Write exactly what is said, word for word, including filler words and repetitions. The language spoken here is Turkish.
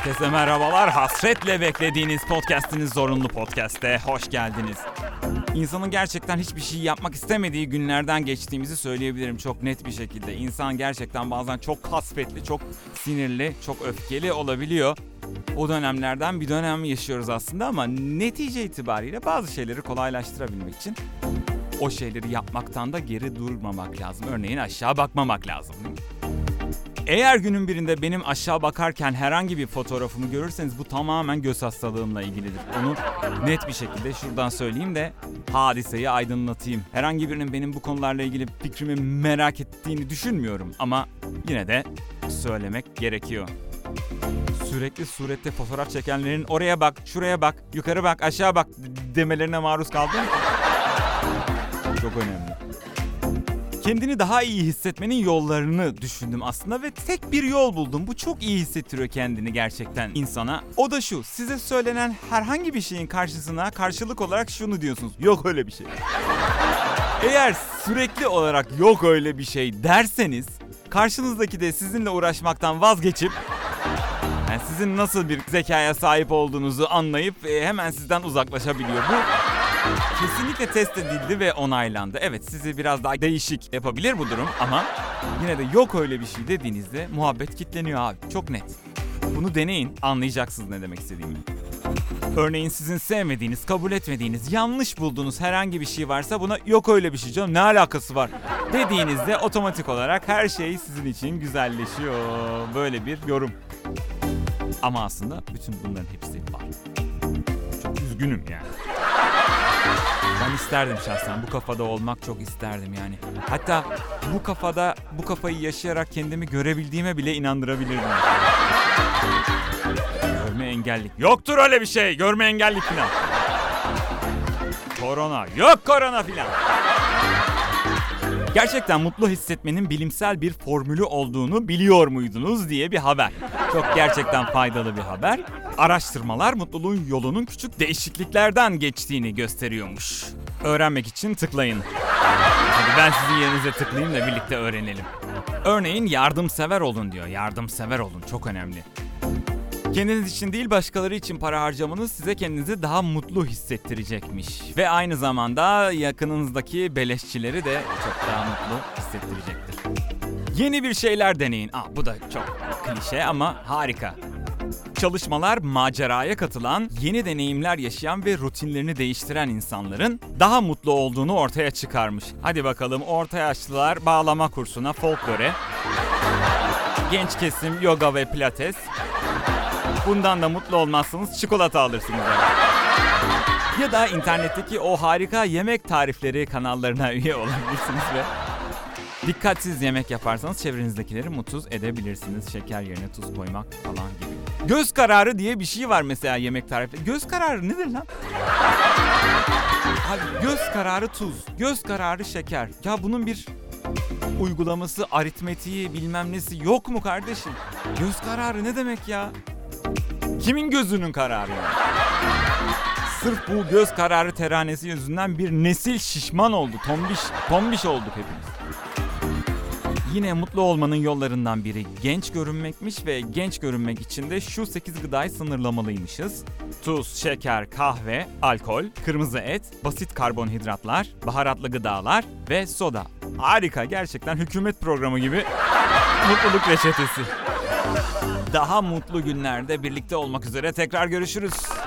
Herkese merhabalar. Hasretle beklediğiniz podcast'iniz Zorunlu Podcast'e hoş geldiniz. İnsanın gerçekten hiçbir şey yapmak istemediği günlerden geçtiğimizi söyleyebilirim çok net bir şekilde. İnsan gerçekten bazen çok kasvetli, çok sinirli, çok öfkeli olabiliyor. O dönemlerden bir dönem yaşıyoruz aslında ama netice itibariyle bazı şeyleri kolaylaştırabilmek için o şeyleri yapmaktan da geri durmamak lazım. Örneğin aşağı bakmamak lazım. Eğer günün birinde benim aşağı bakarken herhangi bir fotoğrafımı görürseniz bu tamamen göz hastalığımla ilgilidir. Onu net bir şekilde şuradan söyleyeyim de hadiseyi aydınlatayım. Herhangi birinin benim bu konularla ilgili fikrimi merak ettiğini düşünmüyorum ama yine de söylemek gerekiyor. Sürekli surette fotoğraf çekenlerin oraya bak, şuraya bak, yukarı bak, aşağı bak demelerine maruz kaldım. Çok önemli. Kendini daha iyi hissetmenin yollarını düşündüm aslında ve tek bir yol buldum. Bu çok iyi hissettiriyor kendini gerçekten insana. O da şu: size söylenen herhangi bir şeyin karşısına karşılık olarak şunu diyorsunuz: yok öyle bir şey. Eğer sürekli olarak yok öyle bir şey derseniz, karşınızdaki de sizinle uğraşmaktan vazgeçip yani sizin nasıl bir zekaya sahip olduğunuzu anlayıp hemen sizden uzaklaşabiliyor. Bu kesinlikle test edildi ve onaylandı. Evet, sizi biraz daha değişik yapabilir bu durum ama yine de yok öyle bir şey dediğinizde muhabbet kilitleniyor abi. Çok net. Bunu deneyin, anlayacaksınız ne demek istediğimi. Örneğin sizin sevmediğiniz, kabul etmediğiniz, yanlış bulduğunuz herhangi bir şey varsa buna yok öyle bir şey canım, ne alakası var dediğinizde otomatik olarak her şey sizin için güzelleşiyor. Böyle bir yorum. Ama aslında bütün bunların hepsi var. Çok üzgünüm yani. Ben isterdim şahsen, bu kafada olmak çok isterdim yani. Hatta bu kafada, bu kafayı yaşayarak kendimi görebildiğime bile inandırabilirdim. Görme engellik. Yoktur öyle bir şey. Görme engellik falan. Korona. Yok korona falan. Gerçekten mutlu hissetmenin bilimsel bir formülü olduğunu biliyor muydunuz diye bir haber. Çok gerçekten faydalı bir haber. Araştırmalar mutluluğun yolunun küçük değişikliklerden geçtiğini gösteriyormuş. Öğrenmek için tıklayın. Hadi ben sizin yerinize tıklayayım da birlikte öğrenelim. Örneğin yardımsever olun diyor. Yardımsever olun, çok önemli. Kendiniz için değil, başkaları için para harcamanız size kendinizi daha mutlu hissettirecekmiş. Ve aynı zamanda yakınınızdaki beleşçileri de çok daha mutlu hissettirecektir. Yeni bir şeyler deneyin. Aa, bu da çok klişe ama harika. Çalışmalar maceraya katılan, yeni deneyimler yaşayan ve rutinlerini değiştiren insanların daha mutlu olduğunu ortaya çıkarmış. Hadi bakalım, orta yaşlılar bağlama kursuna, folklore, genç kesim yoga ve pilates. Bundan da mutlu olmazsanız çikolata alırsınız. Yani. Ya da internetteki o harika yemek tarifleri kanallarına üye olabilirsiniz ve dikkatsiz yemek yaparsanız çevrenizdekileri mutsuz edebilirsiniz. Şeker yerine tuz koymak falan gibi. Göz kararı diye bir şey var mesela yemek tarifleri. Göz kararı nedir lan? Abi, göz kararı tuz, göz kararı şeker. Ya bunun bir uygulaması, aritmetiği, bilmem nesi yok mu kardeşim? Göz kararı ne demek ya? Kimin gözünün kararı yani? Sırf bu göz kararı teranesi yüzünden bir nesil şişman oldu. Tombiş, tombiş olduk hepimiz. Yine mutlu olmanın yollarından biri genç görünmekmiş ve genç görünmek için de şu sekiz gıdayı sınırlamalıymışız. Tuz, şeker, kahve, alkol, kırmızı et, basit karbonhidratlar, baharatlı gıdalar ve soda. Harika, gerçekten hükümet programı gibi mutluluk reçetesi. Daha mutlu günlerde birlikte olmak üzere tekrar görüşürüz.